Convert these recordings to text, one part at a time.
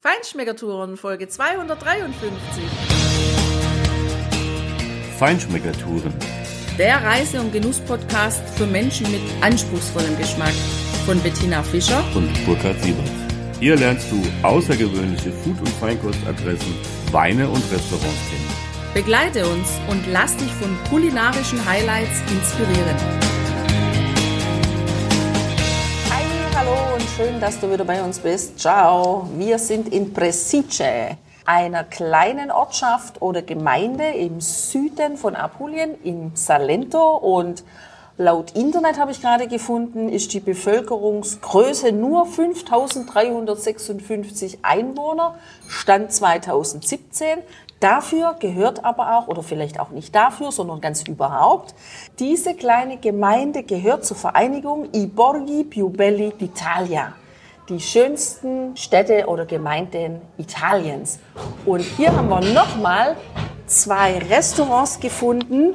Feinschmeckertouren, Folge 253. Feinschmeckertouren. Der Reise- und Genuss-Podcast für Menschen mit anspruchsvollem Geschmack. Von Bettina Fischer und Burkhard Siebert. Hier lernst du außergewöhnliche Food- und Feinkostadressen, Weine und Restaurants kennen. Begleite uns und lass dich von kulinarischen Highlights inspirieren. Hallo und schön, dass du wieder bei uns bist. Ciao. Wir sind in Presice, einer kleinen Ortschaft oder Gemeinde im Süden von Apulien, in Salento. Und laut Internet habe ich gerade gefunden, ist die Bevölkerungsgröße nur 5.356 Einwohner, Stand 2017. Dafür gehört aber auch, oder vielleicht auch nicht dafür, sondern ganz überhaupt, diese kleine Gemeinde gehört zur Vereinigung I Borghi Più Belli d'Italia, die schönsten Städte oder Gemeinden Italiens. Und hier haben wir nochmal 2 Restaurants gefunden,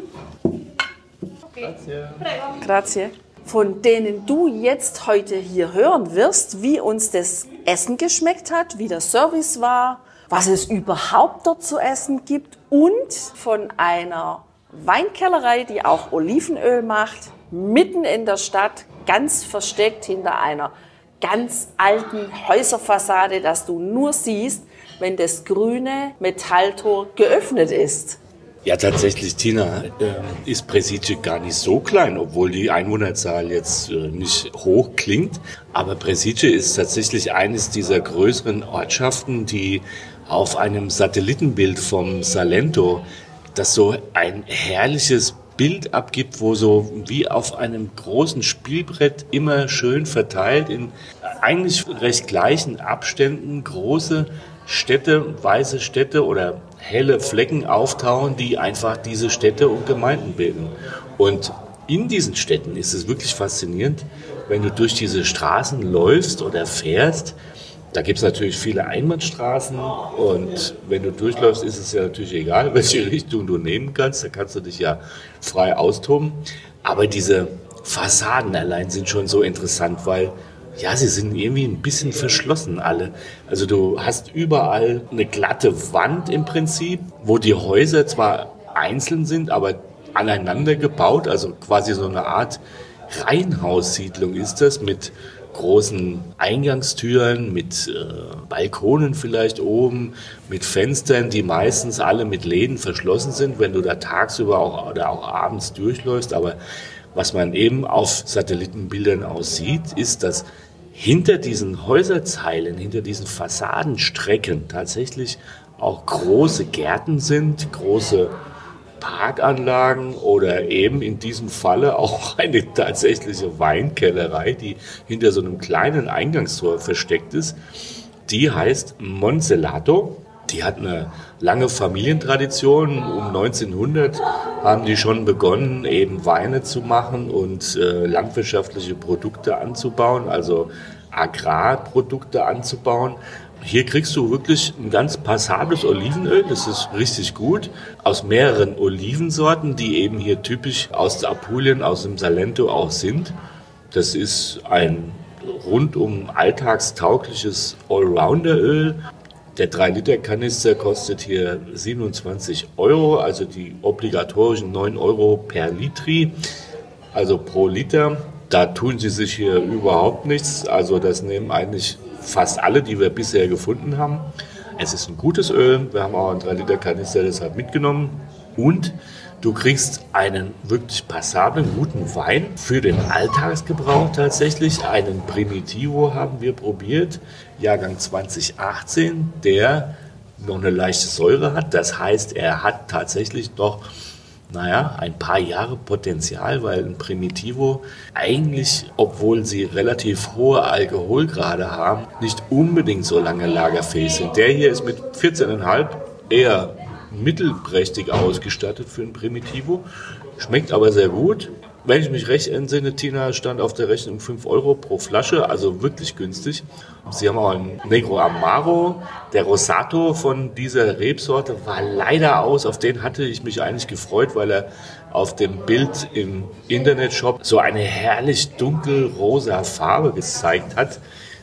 Grazie, von denen du jetzt heute hier hören wirst, wie uns das Essen geschmeckt hat, wie der Service war, was es überhaupt dort zu essen gibt und von einer Weinkellerei, die auch Olivenöl macht, mitten in der Stadt, ganz versteckt hinter einer ganz alten Häuserfassade, das du nur siehst, wenn das grüne Metalltor geöffnet ist. Ja, tatsächlich, Tina, ist Presice gar nicht so klein, obwohl die Einwohnerzahl jetzt nicht hoch klingt. Aber Presice ist tatsächlich eines dieser größeren Ortschaften, die auf einem Satellitenbild vom Salento, das so ein herrliches Bild abgibt, wo so wie auf einem großen Spielbrett immer schön verteilt in eigentlich recht gleichen Abständen große Städte, weiße Städte oder helle Flecken auftauchen, die einfach diese Städte und Gemeinden bilden. Und in diesen Städten ist es wirklich faszinierend, wenn du durch diese Straßen läufst oder fährst. Da gibt es natürlich viele Einbahnstraßen und wenn du durchläufst, ist es ja natürlich egal, welche Richtung du nehmen kannst. Da kannst du dich ja frei austoben. Aber diese Fassaden allein sind schon so interessant, weil ja, sie sind irgendwie ein bisschen verschlossen alle. Also du hast überall eine glatte Wand im Prinzip, wo die Häuser zwar einzeln sind, aber aneinander gebaut. Also quasi so eine Art Reihenhaussiedlung ist das mit großen Eingangstüren, mit Balkonen vielleicht oben, mit Fenstern, die meistens alle mit Läden verschlossen sind, wenn du da tagsüber oder auch abends durchläufst. Aber was man eben auf Satellitenbildern aussieht, ist, dass hinter diesen Häuserzeilen, hinter diesen Fassadenstrecken tatsächlich auch große Gärten sind, große Parkanlagen oder eben in diesem Falle auch eine tatsächliche Weinkellerei, die hinter so einem kleinen Eingangstor versteckt ist. Die heißt Moncellato. Die hat eine lange Familientradition. Um 1900 haben die schon begonnen, eben Weine zu machen und landwirtschaftliche Produkte anzubauen, also Agrarprodukte anzubauen. Hier kriegst du wirklich ein ganz passables Olivenöl, das ist richtig gut, aus mehreren Olivensorten, die eben hier typisch aus Apulien, aus dem Salento auch sind. Das ist ein rundum alltagstaugliches Allrounder-Öl. Der 3-Liter-Kanister kostet hier 27 €, also die obligatorischen 9 € per Litri, also pro Liter. Da tun sie sich hier überhaupt nichts, also das nehmen eigentlich fast alle, die wir bisher gefunden haben. Es ist ein gutes Öl, wir haben auch einen 3-Liter-Kanister deshalb mitgenommen und du kriegst einen wirklich passablen, guten Wein für den Alltagsgebrauch tatsächlich. Einen Primitivo haben wir probiert, Jahrgang 2018, der noch eine leichte Säure hat. Das heißt, er hat tatsächlich noch ein paar Jahre Potenzial, weil ein Primitivo eigentlich, obwohl sie relativ hohe Alkoholgrade haben, nicht unbedingt so lange lagerfähig sind. Der hier ist mit 14,5 eher mittelprächtig ausgestattet für ein Primitivo, schmeckt aber sehr gut. Wenn ich mich recht entsinne, Tina, stand auf der Rechnung 5 € pro Flasche, also wirklich günstig. Sie haben auch einen Negro Amaro. Der Rosato von dieser Rebsorte war leider aus. Auf den hatte ich mich eigentlich gefreut, weil er auf dem Bild im Internetshop so eine herrlich dunkelrosa Farbe gezeigt hat.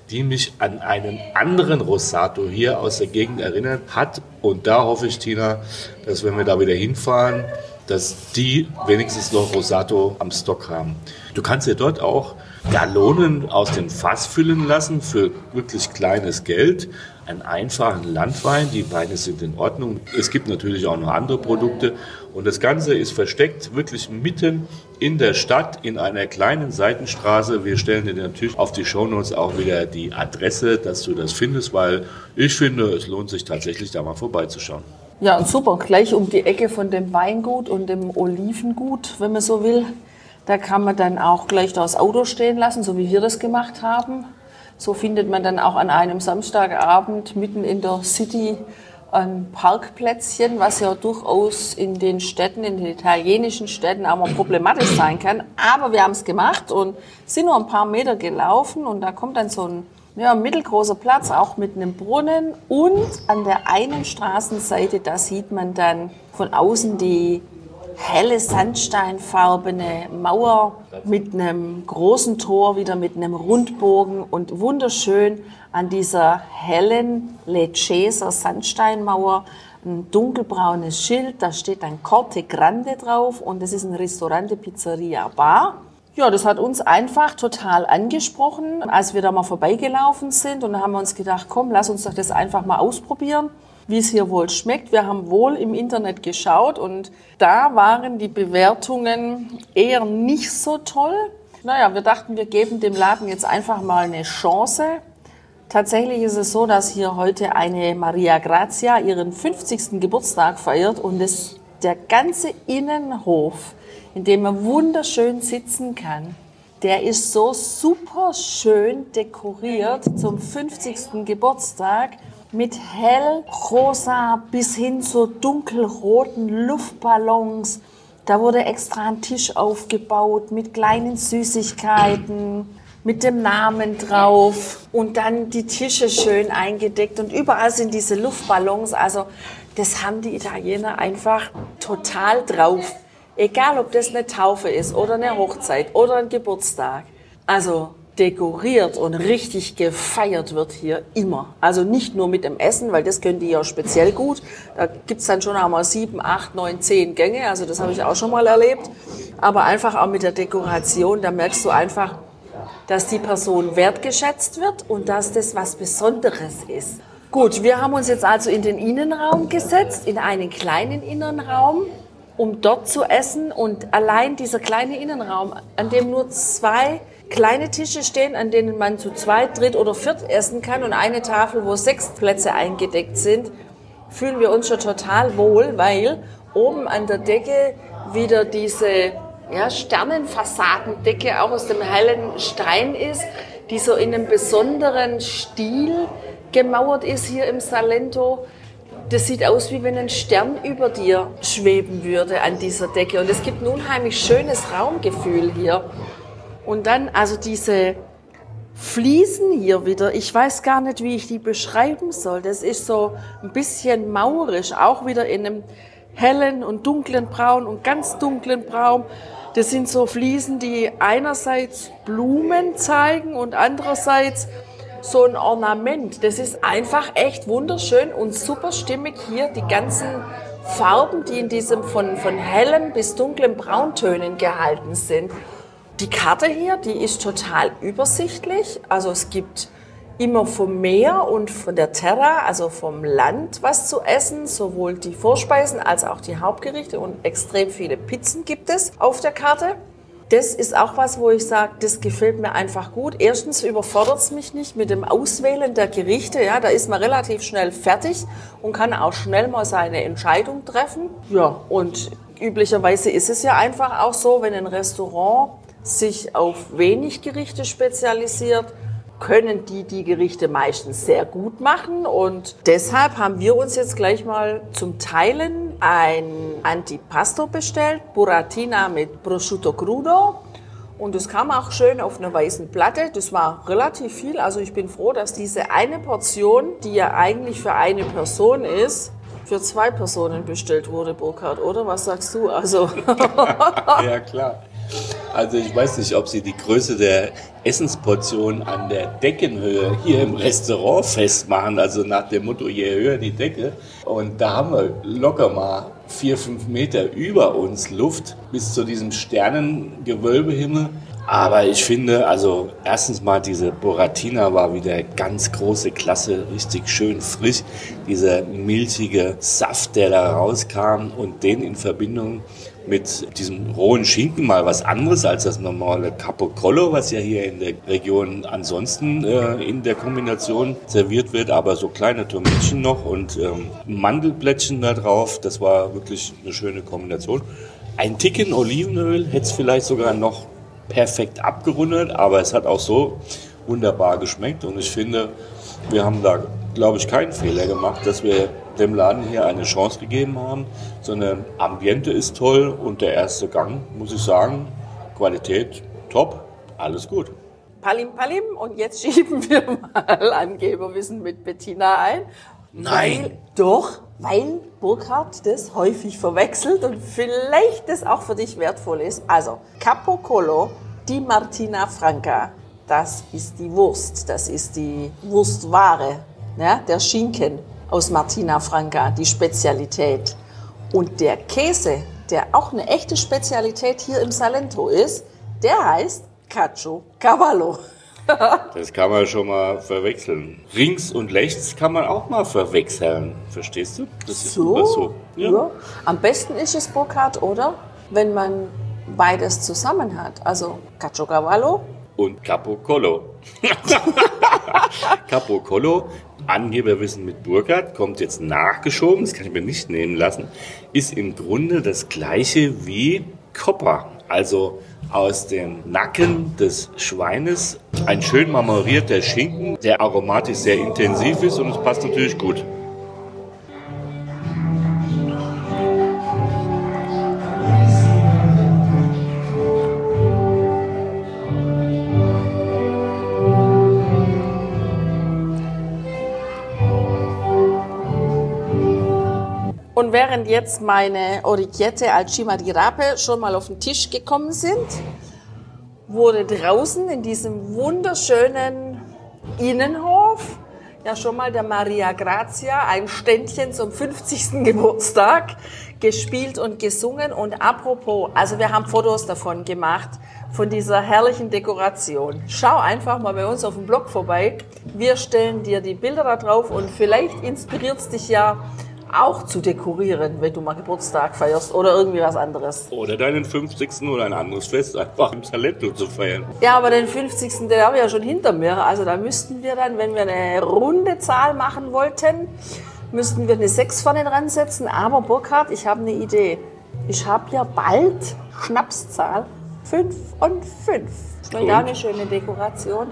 die mich an einen anderen Rosato hier aus der Gegend erinnert hat. Und da hoffe ich, Tina, dass wenn wir da wieder hinfahren, dass die wenigstens noch Rosato am Stock haben. Du kannst dir dort auch Gallonen aus dem Fass füllen lassen für wirklich kleines Geld. Einen einfachen Landwein, die Weine sind in Ordnung. Es gibt natürlich auch noch andere Produkte und das Ganze ist versteckt wirklich mitten in der Stadt in einer kleinen Seitenstraße. Wir stellen dir natürlich auf die Shownotes auch wieder die Adresse, dass du das findest, weil ich finde, es lohnt sich tatsächlich da mal vorbeizuschauen. Ja, und super, gleich um die Ecke von dem Weingut und dem Olivengut, wenn man so will. Da kann man dann auch gleich das Auto stehen lassen, so wie wir das gemacht haben. So findet man dann auch an einem Samstagabend mitten in der City ein Parkplätzchen, was ja durchaus in den Städten, in den italienischen Städten auch mal problematisch sein kann. Aber wir haben es gemacht und sind nur ein paar Meter gelaufen und da kommt dann so ein mittelgroßer Platz, auch mit einem Brunnen. Und an der einen Straßenseite, da sieht man dann von außen die helle sandsteinfarbene Mauer mit einem großen Tor, wieder mit einem Rundbogen und wunderschön an dieser hellen Lecceser Sandsteinmauer ein dunkelbraunes Schild, da steht dann Corte Grande drauf und das ist ein Ristorante, Pizzeria, Bar. Ja, das hat uns einfach total angesprochen, als wir da mal vorbeigelaufen sind und dann haben wir uns gedacht, komm, lass uns doch das einfach mal ausprobieren, wie es hier wohl schmeckt. Wir haben wohl im Internet geschaut und da waren die Bewertungen eher nicht so toll. Naja, wir dachten, wir geben dem Laden jetzt einfach mal eine Chance. Tatsächlich ist es so, dass hier heute eine Maria Grazia ihren 50. Geburtstag feiert und der ganze Innenhof, in dem man wunderschön sitzen kann, der ist so super schön dekoriert zum 50. Geburtstag mit hellrosa bis hin zu dunkelroten Luftballons. Da wurde extra ein Tisch aufgebaut mit kleinen Süßigkeiten, mit dem Namen drauf und dann die Tische schön eingedeckt und überall sind diese Luftballons. Also das haben die Italiener einfach total drauf. Egal, ob das eine Taufe ist oder eine Hochzeit oder ein Geburtstag. Also dekoriert und richtig gefeiert wird hier immer. Also nicht nur mit dem Essen, weil das können die ja speziell gut. Da gibt's dann schon einmal 7, 8, 9, 10 Gänge. Also das habe ich auch schon mal erlebt. Aber einfach auch mit der Dekoration, da merkst du einfach, dass die Person wertgeschätzt wird und dass das was Besonderes ist. Gut, wir haben uns jetzt also in den Innenraum gesetzt, in einen kleinen Innenraum, um dort zu essen. Und allein dieser kleine Innenraum, an dem nur 2 kleine Tische stehen, an denen man zu 2, 3 oder 4 essen kann und eine Tafel, wo 6 Plätze eingedeckt sind, fühlen wir uns schon total wohl, weil oben an der Decke wieder diese Sternenfassadendecke auch aus dem hellen Stein ist, die so in einem besonderen Stil gemauert ist hier im Salento. Das sieht aus, wie wenn ein Stern über dir schweben würde an dieser Decke. Und es gibt ein unheimlich schönes Raumgefühl hier. Und dann also diese Fliesen hier wieder, ich weiß gar nicht, wie ich die beschreiben soll. Das ist so ein bisschen maurig, auch wieder in einem hellen und dunklen Braun und ganz dunklen Braun. Das sind so Fliesen, die einerseits Blumen zeigen und andererseits so ein Ornament. Das ist einfach echt wunderschön und super stimmig hier. Die ganzen Farben, die in diesem von hellen bis dunklen Brauntönen gehalten sind. Die Karte hier, die ist total übersichtlich. Also es gibt immer vom Meer und von der Terra, also vom Land, was zu essen. Sowohl die Vorspeisen als auch die Hauptgerichte und extrem viele Pizzen gibt es auf der Karte. Das ist auch was, wo ich sage, das gefällt mir einfach gut. Erstens überfordert es mich nicht mit dem Auswählen der Gerichte. Ja, da ist man relativ schnell fertig und kann auch schnell mal seine Entscheidung treffen. Ja, und üblicherweise ist es ja einfach auch so, wenn ein Restaurant sich auf wenig Gerichte spezialisiert, können die Gerichte meistens sehr gut machen. Und deshalb haben wir uns jetzt gleich mal zum Teilen ein Antipasto bestellt, Buratina mit Prosciutto Crudo. Und das kam auch schön auf einer weißen Platte. Das war relativ viel. Also ich bin froh, dass diese eine Portion, die ja eigentlich für eine Person ist, für 2 Personen bestellt wurde, Burkhard, oder? Was sagst du? Also ja, klar. Also ich weiß nicht, ob Sie die Größe der Essensportion an der Deckenhöhe hier im Restaurant festmachen, also nach dem Motto, je höher die Decke. Und da haben wir locker mal 4-5 Meter über uns Luft bis zu diesem Sternengewölbehimmel. Aber ich finde, also erstens mal diese Buratina war wieder ganz große Klasse, richtig schön frisch. Dieser milchige Saft, der da rauskam und den in Verbindung mit diesem rohen Schinken, mal was anderes als das normale Capocollo, was ja hier in der Region ansonsten in der Kombination serviert wird, aber so kleine Tomätchen noch und Mandelblättchen da drauf, das war wirklich eine schöne Kombination. Ein Ticken Olivenöl hätte es vielleicht sogar noch perfekt abgerundet, aber es hat auch so wunderbar geschmeckt und ich finde, wir haben da, glaube ich, keinen Fehler gemacht, dass wir dem Laden hier eine Chance gegeben haben, sondern Ambiente ist toll und der erste Gang, muss ich sagen, Qualität top, alles gut. Palim Palim und jetzt schieben wir mal Angeberwissen mit Bettina ein. Nein! Weil Burkhard das häufig verwechselt und vielleicht das auch für dich wertvoll ist. Also, Capocollo di Martina Franca, das ist die Wurst, das ist die Wurstware, ja, der Schinken aus Martina Franca, die Spezialität. Und der Käse, der auch eine echte Spezialität hier im Salento ist, der heißt Caciocavallo. Das kann man schon mal verwechseln. Links und rechts kann man auch mal verwechseln. Verstehst du? Das ist immer so. Ja. Am besten ist es, Burkhard, oder? Wenn man beides zusammen hat. Also Caciocavallo und Capocollo. Capocollo, Angeberwissen mit Burkhard, kommt jetzt nachgeschoben, das kann ich mir nicht nehmen lassen, ist im Grunde das gleiche wie Coppa. Also aus dem Nacken des Schweines ein schön marmorierter Schinken, der aromatisch sehr intensiv ist und es passt natürlich gut. Und während jetzt meine Orecchiette al Cima di Rape schon mal auf den Tisch gekommen sind, wurde draußen in diesem wunderschönen Innenhof ja schon mal der Maria Grazia ein Ständchen zum 50. Geburtstag gespielt und gesungen. Und apropos, also wir haben Fotos davon gemacht, von dieser herrlichen Dekoration. Schau einfach mal bei uns auf dem Blog vorbei. Wir stellen dir die Bilder da drauf und vielleicht inspiriert es dich ja auch zu dekorieren, wenn du mal Geburtstag feierst oder irgendwie was anderes. Oder deinen 50. oder ein anderes Fest einfach im Salento zu feiern. Ja, aber den 50. den haben wir ja schon hinter mir. Also da müssten wir dann, wenn wir eine runde Zahl machen wollten, müssten wir eine 6 vorne dran setzen. Aber Burkhard, ich habe eine Idee. Ich habe ja bald Schnapszahl 5 und 5. Das wäre ja eine schöne Dekoration.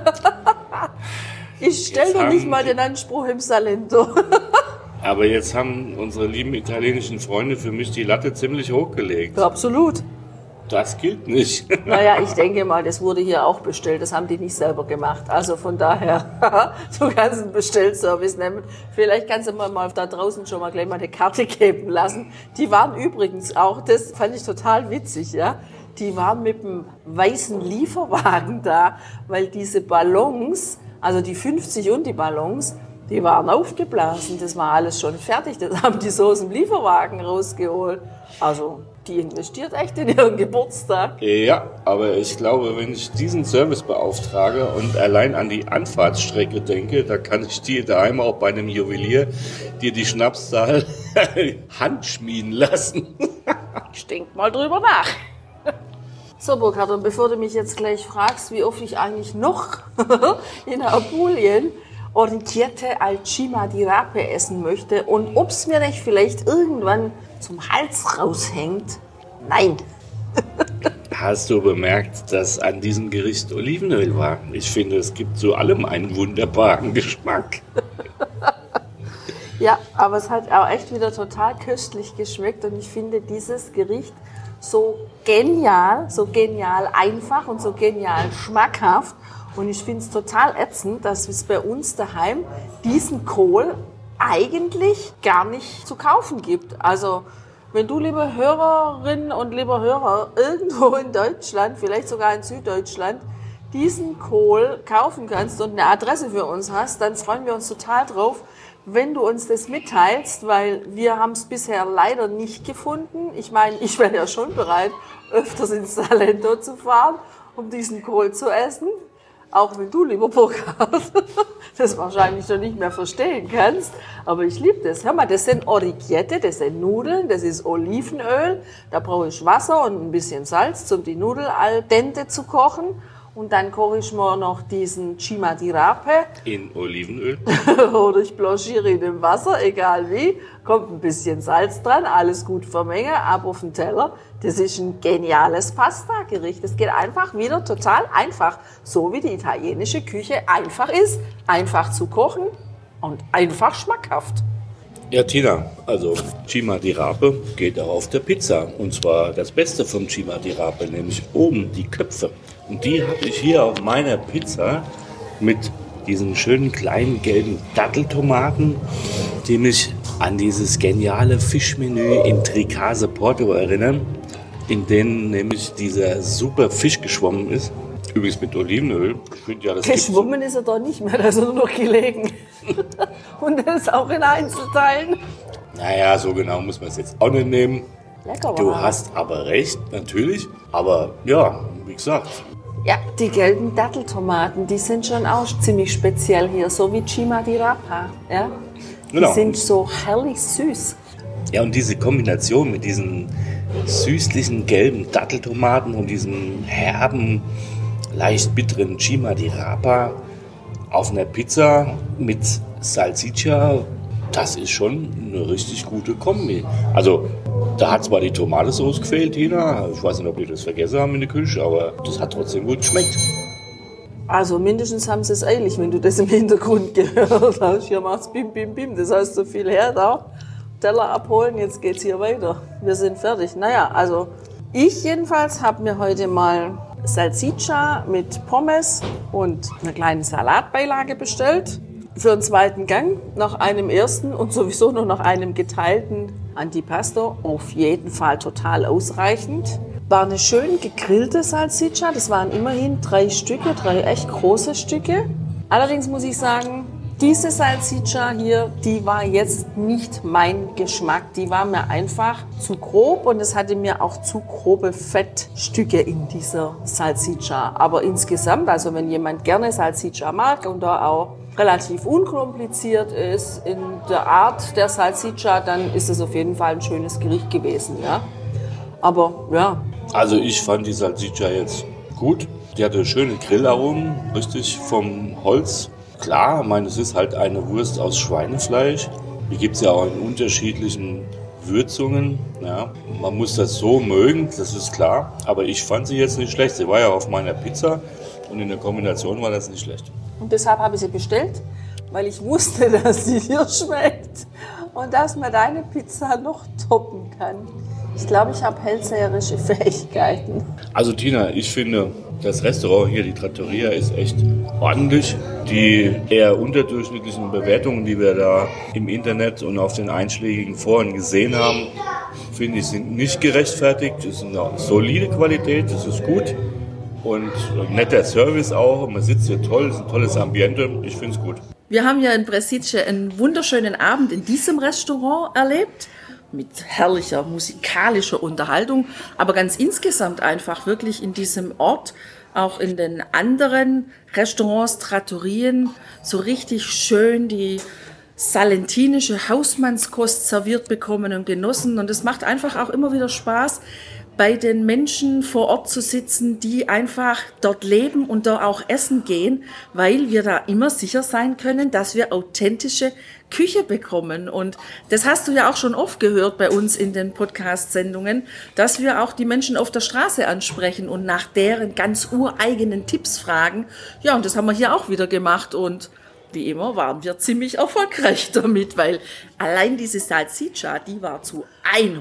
Ich stelle doch nicht mal den Anspruch im Salento. Aber jetzt haben unsere lieben italienischen Freunde für mich die Latte ziemlich hochgelegt. Ja, absolut. Das gilt nicht. Naja, ich denke mal, das wurde hier auch bestellt. Das haben die nicht selber gemacht. Also von daher, du kannst einen Bestellservice nehmen. Vielleicht kannst du mal da draußen schon mal gleich mal eine Karte geben lassen. Die waren übrigens auch, das fand ich total witzig, ja. Die waren mit einem weißen Lieferwagen da, weil diese Ballons, also die 50 und die Ballons, die waren aufgeblasen, das war alles schon fertig, das haben die so aus dem Lieferwagen rausgeholt. Also, die investiert echt in ihren Geburtstag. Ja, aber ich glaube, wenn ich diesen Service beauftrage und allein an die Anfahrtsstrecke denke, da kann ich dir daheim auch bei einem Juwelier dir die Schnapszahl handschmieden lassen. Ich denk mal drüber nach. So, Burkhard, und bevor du mich jetzt gleich fragst, wie oft ich eigentlich noch in Apulien Orecchiette al Cima di Rape essen möchte und ob es mir nicht vielleicht irgendwann zum Hals raushängt. Nein. Hast du bemerkt, dass an diesem Gericht Olivenöl war? Ich finde, es gibt zu allem einen wunderbaren Geschmack. Ja, aber es hat auch echt wieder total köstlich geschmeckt und ich finde dieses Gericht so genial einfach und so genial schmackhaft. Und ich finde es total ätzend, dass es bei uns daheim diesen Kohl eigentlich gar nicht zu kaufen gibt. Also wenn du, liebe Hörerinnen und lieber Hörer, irgendwo in Deutschland, vielleicht sogar in Süddeutschland, diesen Kohl kaufen kannst und eine Adresse für uns hast, dann freuen wir uns total drauf, wenn du uns das mitteilst, weil wir haben es bisher leider nicht gefunden. Ich meine, ich wäre ja schon bereit, öfters ins Salento zu fahren, um diesen Kohl zu essen. Auch wenn du, lieber Burkhard, das wahrscheinlich schon nicht mehr verstehen kannst. Aber ich liebe das. Hör mal, das sind Orecchiette, das sind Nudeln, das ist Olivenöl. Da brauche ich Wasser und ein bisschen Salz, um die Nudeln al dente zu kochen. Und dann koche ich mir noch diesen Cima di Rape. In Olivenöl. Oder ich blanchiere ihn im Wasser, egal wie. Kommt ein bisschen Salz dran, alles gut vermengen, ab auf den Teller. Das ist ein geniales Pasta-Gericht. Es geht einfach wieder total einfach. So wie die italienische Küche einfach ist. Einfach zu kochen und einfach schmackhaft. Ja, Tina, also Cima di Rape geht auch auf der Pizza. Und zwar das Beste vom Cima di Rape, nämlich oben die Köpfe. Und die habe ich hier auf meiner Pizza mit diesen schönen kleinen gelben Datteltomaten, die mich an dieses geniale Fischmenü in Tricase Porto erinnern, in denen nämlich dieser super Fisch geschwommen ist. Übrigens mit Olivenöl. Ich finde ja, das geschwommen ist er doch nicht mehr, da ist er nur noch gelegen. Und das auch in Einzelteilen. Naja, so genau muss man es jetzt auch nicht nehmen. Lecker, du hast aber recht, natürlich. Aber ja, wie gesagt. Ja, die gelben Datteltomaten, die sind schon auch ziemlich speziell hier, so wie Cima di Rapa. Ja? Genau. Die sind so herrlich süß. Ja, und diese Kombination mit diesen süßlichen gelben Datteltomaten und diesem herben, leicht bitteren Cima di Rapa auf einer Pizza mit Salsiccia, das ist schon eine richtig gute Kombi. Also, da hat zwar die Tomatensauce gefehlt, Tina. Ich weiß nicht, ob die das vergessen haben in der Küche, aber das hat trotzdem gut geschmeckt. Also mindestens haben sie es eilig, wenn du das im Hintergrund gehört hast. Hier macht's bim, bim, bim. Das heißt so viel her da. Teller abholen, jetzt geht's hier weiter. Wir sind fertig. Naja, also ich jedenfalls habe mir heute mal Salsiccia mit Pommes und einer kleinen Salatbeilage bestellt. Für einen zweiten Gang, nach einem ersten und sowieso nur nach einem geteilten Antipasto, auf jeden Fall total ausreichend. War eine schön gegrillte Salsiccia, das waren immerhin 3 Stücke, 3 echt große Stücke. Allerdings muss ich sagen, diese Salsiccia hier, die war jetzt nicht mein Geschmack. Die war mir einfach zu grob und es hatte mir auch zu grobe Fettstücke in dieser Salsiccia. Aber insgesamt, also wenn jemand gerne Salsiccia mag und da auch relativ unkompliziert ist in der Art der Salsiccia, dann ist es auf jeden Fall ein schönes Gericht gewesen. Ja? Aber ja. Also ich fand die Salsiccia jetzt gut. Die hatte schöne Grillaromen, richtig vom Holz. Klar, ich meine, es ist halt eine Wurst aus Schweinefleisch. Die gibt es ja auch in unterschiedlichen Würzungen. Ja. Man muss das so mögen, das ist klar. Aber ich fand sie jetzt nicht schlecht. Sie war ja auf meiner Pizza und in der Kombination war das nicht schlecht. Und deshalb habe ich sie bestellt, weil ich wusste, dass sie dir schmeckt und dass man deine Pizza noch toppen kann. Ich glaube, ich habe hellseherische Fähigkeiten. Also Tina, ich finde, das Restaurant hier, die Trattoria, ist echt ordentlich. Die eher unterdurchschnittlichen Bewertungen, die wir da im Internet und auf den einschlägigen Foren gesehen haben, finde ich, sind nicht gerechtfertigt. Es ist eine solide Qualität, das ist gut. Und netter Service auch. Man sitzt hier toll, es ist ein tolles Ambiente. Ich finde es gut. Wir haben ja in Bresice einen wunderschönen Abend in diesem Restaurant erlebt. Mit herrlicher musikalischer Unterhaltung. Aber ganz insgesamt einfach wirklich in diesem Ort, auch in den anderen Restaurants, Trattorien, so richtig schön die salentinische Hausmannskost serviert bekommen und genossen. Und es macht einfach auch immer wieder Spaß, bei den Menschen vor Ort zu sitzen, die einfach dort leben und da auch essen gehen, weil wir da immer sicher sein können, dass wir authentische Küche bekommen. Und das hast du ja auch schon oft gehört bei uns in den Podcast-Sendungen, dass wir auch die Menschen auf der Straße ansprechen und nach deren ganz ureigenen Tipps fragen. Ja, und das haben wir hier auch wieder gemacht und wie immer waren wir ziemlich erfolgreich damit, weil allein diese Salsiccia, die war zu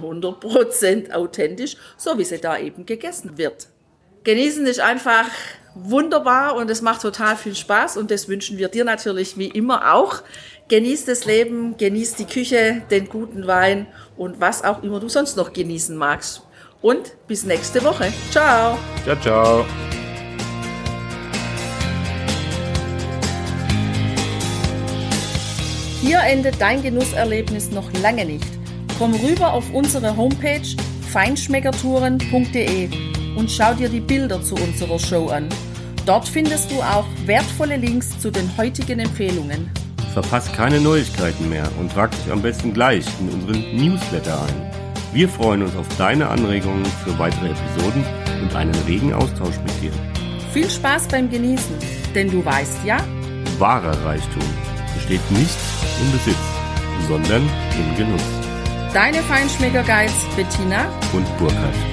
100% authentisch, so wie sie da eben gegessen wird. Genießen ist einfach wunderbar und es macht total viel Spaß und das wünschen wir dir natürlich wie immer auch. Genieß das Leben, genieß die Küche, den guten Wein und was auch immer du sonst noch genießen magst. Und bis nächste Woche. Ciao. Ciao, ciao. Hier endet dein Genusserlebnis noch lange nicht. Komm rüber auf unsere Homepage feinschmeckertouren.de und schau dir die Bilder zu unserer Show an. Dort findest du auch wertvolle Links zu den heutigen Empfehlungen. Verpasst keine Neuigkeiten mehr und trag dich am besten gleich in unseren Newsletter ein. Wir freuen uns auf deine Anregungen für weitere Episoden und einen regen Austausch mit dir. Viel Spaß beim Genießen, denn du weißt ja, wahrer Reichtum besteht nicht im Besitz, sondern im Genuss. Deine Feinschmecker-Guides Bettina und Burkhard.